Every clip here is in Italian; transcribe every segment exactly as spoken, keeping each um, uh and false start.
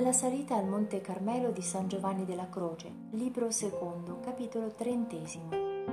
La salita al Monte Carmelo di San Giovanni della Croce, libro secondo, capitolo trentesimo.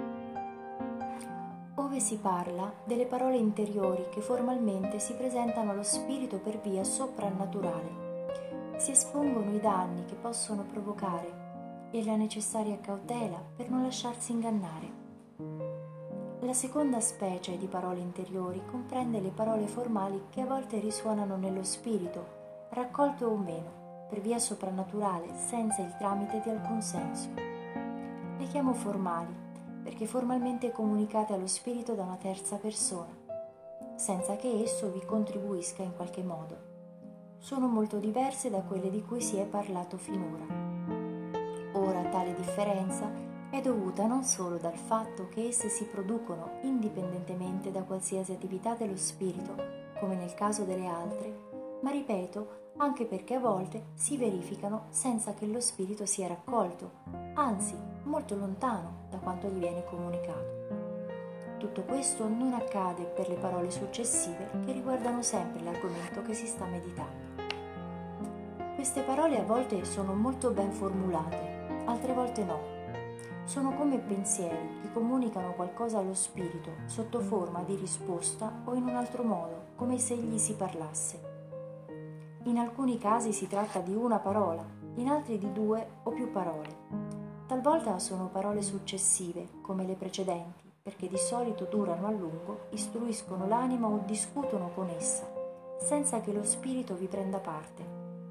Ove si parla delle parole interiori che formalmente si presentano allo spirito per via soprannaturale. Si espongono i danni che possono provocare e la necessaria cautela per non lasciarsi ingannare. La seconda specie di parole interiori comprende le parole formali che a volte risuonano nello spirito, raccolto o meno, per via soprannaturale, senza il tramite di alcun senso. Le chiamo formali, perché formalmente comunicate allo spirito da una terza persona, senza che esso vi contribuisca in qualche modo. Sono molto diverse da quelle di cui si è parlato finora. Ora tale differenza è dovuta non solo dal fatto che esse si producono indipendentemente da qualsiasi attività dello spirito, come nel caso delle altre, ma ripeto, anche perché a volte si verificano senza che lo spirito sia raccolto, anzi molto lontano da quanto gli viene comunicato. Tutto questo non accade per le parole successive che riguardano sempre l'argomento che si sta meditando. Queste parole a volte sono molto ben formulate, altre volte no. Sono come pensieri che comunicano qualcosa allo spirito sotto forma di risposta o in un altro modo, come se egli si parlasse. In alcuni casi si tratta di una parola, in altri di due o più parole. Talvolta sono parole successive, come le precedenti, perché di solito durano a lungo, istruiscono l'anima o discutono con essa, senza che lo spirito vi prenda parte.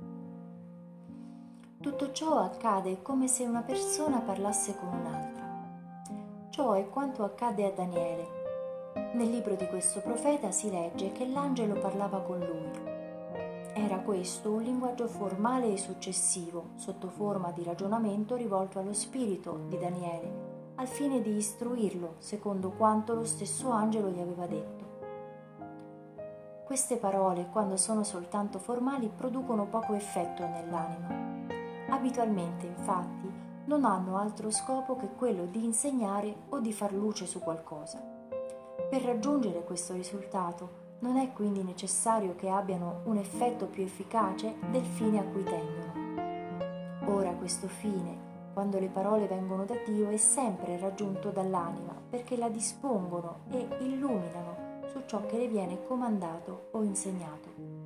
Tutto ciò accade come se una persona parlasse con un'altra. Ciò è quanto accade a Daniele. Nel libro di questo profeta si legge che l'angelo parlava con lui. Era questo un linguaggio formale e successivo, sotto forma di ragionamento rivolto allo spirito di Daniele, al fine di istruirlo, secondo quanto lo stesso angelo gli aveva detto. Queste parole, quando sono soltanto formali, producono poco effetto nell'anima. Abitualmente, infatti, non hanno altro scopo che quello di insegnare o di far luce su qualcosa. Per raggiungere questo risultato, non è quindi necessario che abbiano un effetto più efficace del fine a cui tendono. Ora questo fine, quando le parole vengono da Dio, è sempre raggiunto dall'anima, perché la dispongono e illuminano su ciò che le viene comandato o insegnato.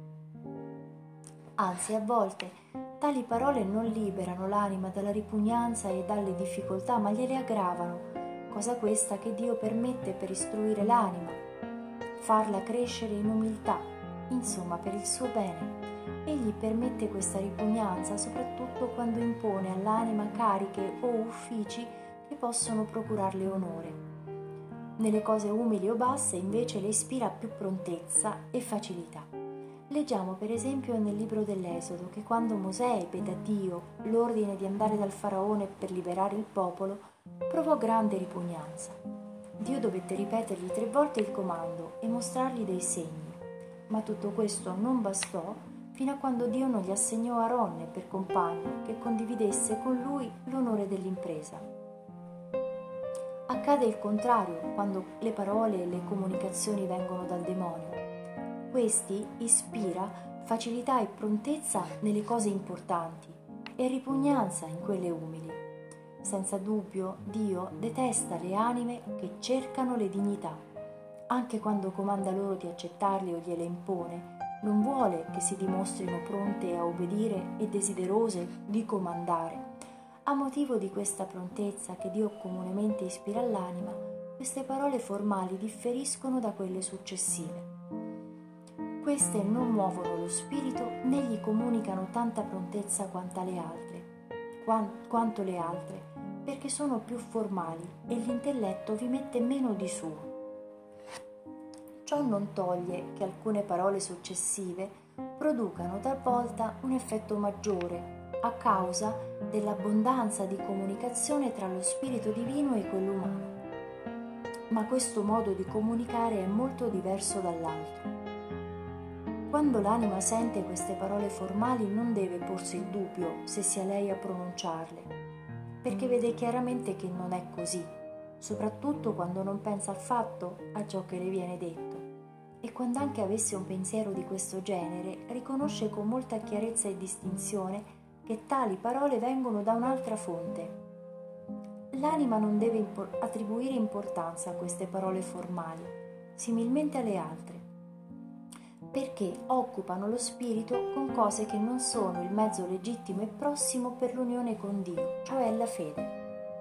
Anzi, a volte tali parole non liberano l'anima dalla ripugnanza e dalle difficoltà, ma gliele aggravano, cosa questa che Dio permette per istruire l'anima, farla crescere in umiltà, insomma per il suo bene. Egli permette questa ripugnanza soprattutto quando impone all'anima cariche o uffici che possono procurarle onore. Nelle cose umili o basse invece le ispira più prontezza e facilità. Leggiamo per esempio nel libro dell'Esodo che quando Mosè ebbe da Dio l'ordine di andare dal faraone per liberare il popolo, provò grande ripugnanza. Dio dovette ripetergli tre volte il comando e mostrargli dei segni, ma tutto questo non bastò fino a quando Dio non gli assegnò Aronne per compagno che condividesse con lui l'onore dell'impresa. Accade il contrario quando le parole e le comunicazioni vengono dal demonio. Questi ispira facilità e prontezza nelle cose importanti e ripugnanza in quelle umili. Senza dubbio, Dio detesta le anime che cercano le dignità. Anche quando comanda loro di accettarle o gliele impone, non vuole che si dimostrino pronte a obbedire e desiderose di comandare. A motivo di questa prontezza che Dio comunemente ispira all'anima, queste parole formali differiscono da quelle successive. Queste non muovono lo spirito né gli comunicano tanta prontezza quanto le altre, quanto le altre, perché sono più formali e l'intelletto vi mette meno di suo. Ciò non toglie che alcune parole successive producano talvolta un effetto maggiore a causa dell'abbondanza di comunicazione tra lo spirito divino e quello umano. Ma questo modo di comunicare è molto diverso dall'altro. Quando l'anima sente queste parole formali non deve porsi il dubbio se sia lei a pronunciarle, perché vede chiaramente che non è così, soprattutto quando non pensa affatto a ciò che le viene detto, e quando anche avesse un pensiero di questo genere, riconosce con molta chiarezza e distinzione che tali parole vengono da un'altra fonte. L'anima non deve impor- attribuire importanza a queste parole formali, similmente alle altre, perché occupano lo spirito con cose che non sono il mezzo legittimo e prossimo per l'unione con Dio, cioè la fede.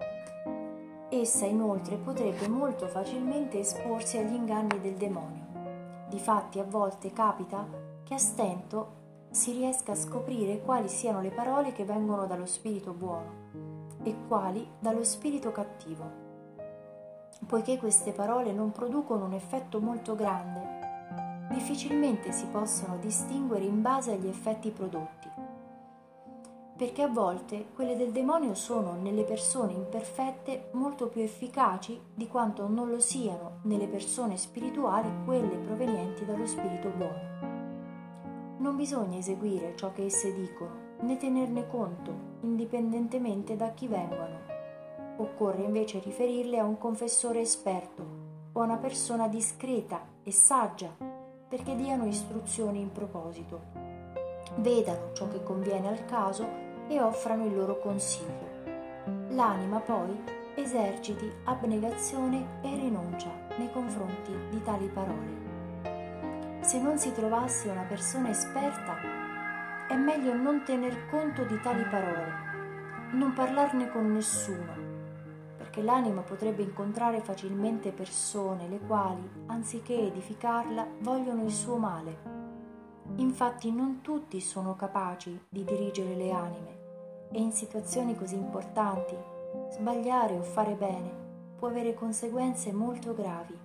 Essa inoltre potrebbe molto facilmente esporsi agli inganni del demonio. Difatti a volte capita che a stento si riesca a scoprire quali siano le parole che vengono dallo spirito buono e quali dallo spirito cattivo. Poiché queste parole non producono un effetto molto grande, difficilmente si possono distinguere in base agli effetti prodotti, perché a volte quelle del demonio sono nelle persone imperfette molto più efficaci di quanto non lo siano nelle persone spirituali quelle provenienti dallo spirito buono. Non bisogna eseguire ciò che esse dicono, né tenerne conto, indipendentemente da chi vengano. Occorre invece riferirle a un confessore esperto o a una persona discreta e saggia, perché diano istruzioni in proposito, vedano ciò che conviene al caso e offrano il loro consiglio. L'anima poi eserciti abnegazione e rinuncia nei confronti di tali parole. Se non si trovasse una persona esperta, è meglio non tener conto di tali parole, non parlarne con nessuno, perché l'anima potrebbe incontrare facilmente persone le quali, anziché edificarla, vogliono il suo male. Infatti non tutti sono capaci di dirigere le anime e in situazioni così importanti sbagliare o fare bene può avere conseguenze molto gravi.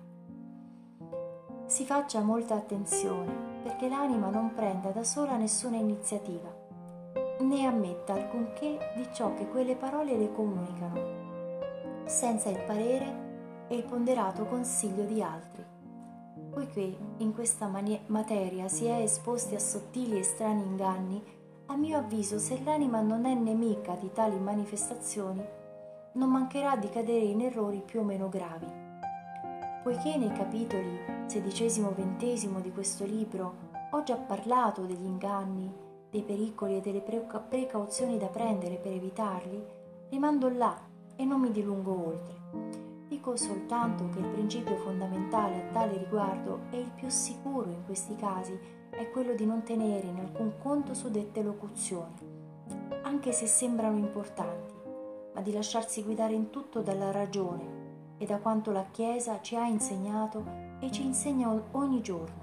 Si faccia molta attenzione perché l'anima non prenda da sola nessuna iniziativa, né ammetta alcunché di ciò che quelle parole le comunicano, senza il parere e il ponderato consiglio di altri. Poiché in questa manie- materia si è esposti a sottili e strani inganni, a mio avviso, se l'anima non è nemica di tali manifestazioni, non mancherà di cadere in errori più o meno gravi. Poiché nei capitoli sedicesimo e ventesimo di questo libro ho già parlato degli inganni, dei pericoli e delle preca- precauzioni da prendere per evitarli, rimando là e non mi dilungo oltre. Dico soltanto che il principio fondamentale a tale riguardo e il più sicuro in questi casi è quello di non tenere in alcun conto suddette locuzioni, anche se sembrano importanti, ma di lasciarsi guidare in tutto dalla ragione e da quanto la Chiesa ci ha insegnato e ci insegna ogni giorno.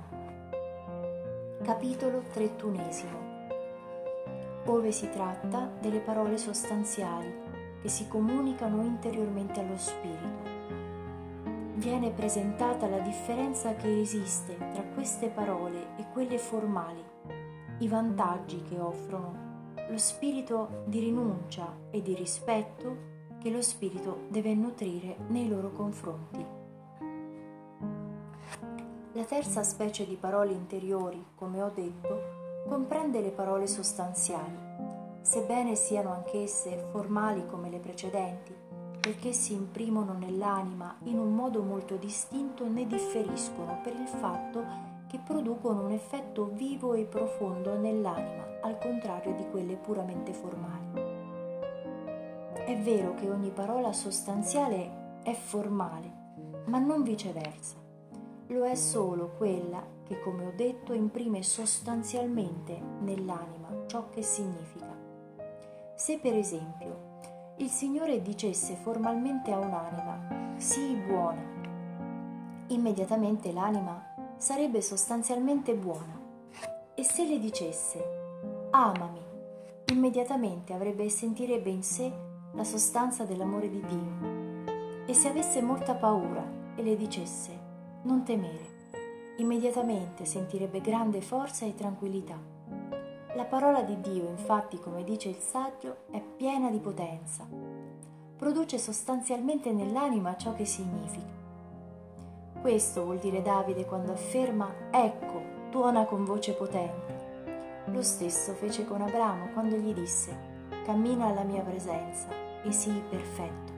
Capitolo trentunesimo, ove si tratta delle parole sostanziali che si comunicano interiormente allo spirito. Viene presentata la differenza che esiste tra queste parole e quelle formali, i vantaggi che offrono, lo spirito di rinuncia e di rispetto che lo spirito deve nutrire nei loro confronti. La terza specie di parole interiori, come ho detto, comprende le parole sostanziali, sebbene siano anch'esse formali come le precedenti, perché si imprimono nell'anima in un modo molto distinto e ne differiscono per il fatto che producono un effetto vivo e profondo nell'anima, al contrario di quelle puramente formali. È vero che ogni parola sostanziale è formale, ma non viceversa. Lo è solo quella che, come ho detto, imprime sostanzialmente nell'anima ciò che significa. Se per esempio il Signore dicesse formalmente a un'anima «sii buona», immediatamente l'anima sarebbe sostanzialmente buona, e se le dicesse «amami», immediatamente avrebbe e sentirebbe in sé la sostanza dell'amore di Dio. E se avesse molta paura e le dicesse «non temere», immediatamente sentirebbe grande forza e tranquillità. La parola di Dio, infatti, come dice il saggio, è piena di potenza. Produce sostanzialmente nell'anima ciò che significa. Questo vuol dire Davide quando afferma «Ecco, tuona con voce potente». Lo stesso fece con Abramo quando gli disse «Cammina alla mia presenza e sii perfetto».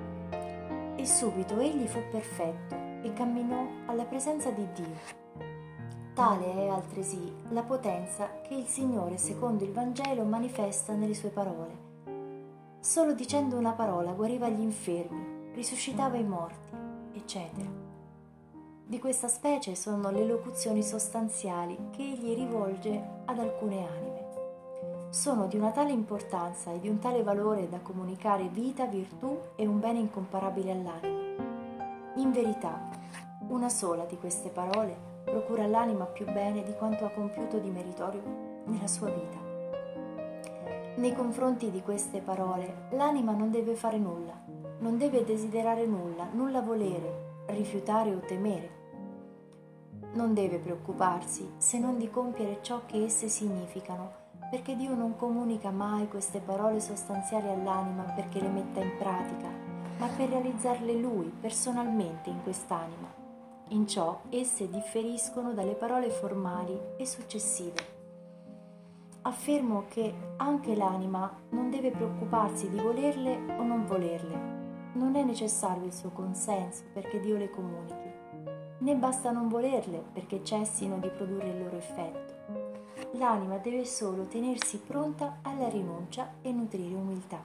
E subito egli fu perfetto e camminò alla presenza di Dio. Tale è altresì la potenza che il Signore, secondo il Vangelo, manifesta nelle sue parole. Solo dicendo una parola guariva gli infermi, risuscitava i morti, eccetera. Di questa specie sono le locuzioni sostanziali che egli rivolge ad alcune anime. Sono di una tale importanza e di un tale valore da comunicare vita, virtù e un bene incomparabile all'anima. In verità, una sola di queste parole procura all'anima più bene di quanto ha compiuto di meritorio nella sua vita. Nei confronti di queste parole, l'anima non deve fare nulla, non deve desiderare nulla, nulla volere, rifiutare o temere. Non deve preoccuparsi se non di compiere ciò che esse significano, perché Dio non comunica mai queste parole sostanziali all'anima perché le metta in pratica, ma per realizzarle Lui personalmente in quest'anima. In ciò esse differiscono dalle parole formali e successive. Affermo che anche l'anima non deve preoccuparsi di volerle o non volerle. Non è necessario il suo consenso perché Dio le comunichi, né basta non volerle perché cessino di produrre il loro effetto. L'anima deve solo tenersi pronta alla rinuncia e nutrire umiltà.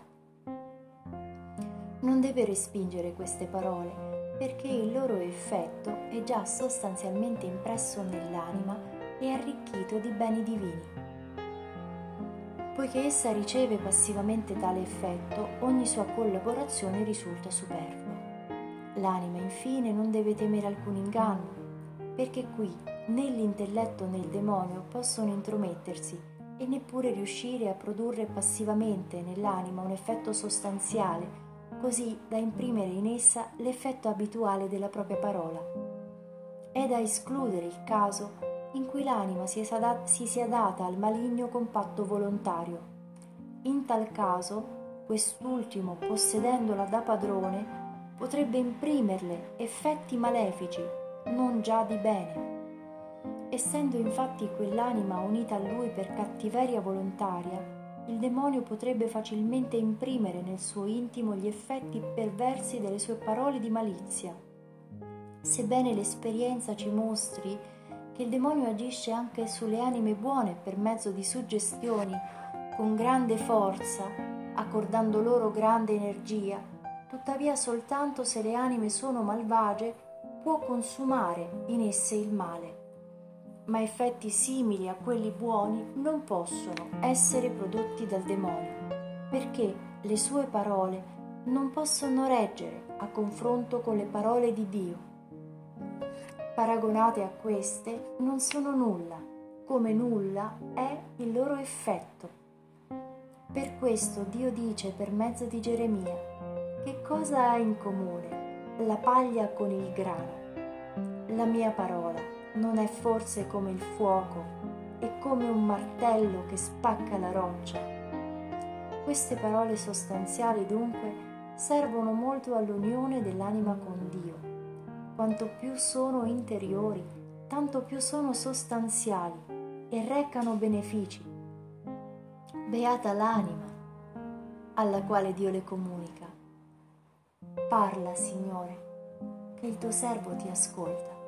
Non deve respingere queste parole, perché il loro effetto è già sostanzialmente impresso nell'anima e arricchito di beni divini. Poiché essa riceve passivamente tale effetto, ogni sua collaborazione risulta superflua. L'anima, infine, non deve temere alcun inganno, perché qui né l'intelletto né il demonio possono intromettersi e neppure riuscire a produrre passivamente nell'anima un effetto sostanziale, così da imprimere in essa l'effetto abituale della propria parola. È da escludere il caso in cui l'anima si sia data al maligno con patto volontario. In tal caso, quest'ultimo, possedendola da padrone, potrebbe imprimerle effetti malefici, non già di bene. Essendo infatti quell'anima unita a lui per cattiveria volontaria, il demonio potrebbe facilmente imprimere nel suo intimo gli effetti perversi delle sue parole di malizia. Sebbene l'esperienza ci mostri che il demonio agisce anche sulle anime buone per mezzo di suggestioni con grande forza, accordando loro grande energia, tuttavia soltanto se le anime sono malvagie può consumare in esse il male. Ma effetti simili a quelli buoni non possono essere prodotti dal demonio, perché le sue parole non possono reggere a confronto con le parole di Dio. Paragonate a queste, non sono nulla, come nulla è il loro effetto. Per questo Dio dice per mezzo di Geremia: che cosa ha in comune la paglia con il grano? La mia parola non è forse come il fuoco e come un martello che spacca la roccia? Queste parole sostanziali dunque servono molto all'unione dell'anima con Dio. Quanto più sono interiori, tanto più sono sostanziali e recano benefici. Beata l'anima alla quale Dio le comunica. Parla, Signore, che il tuo servo ti ascolta.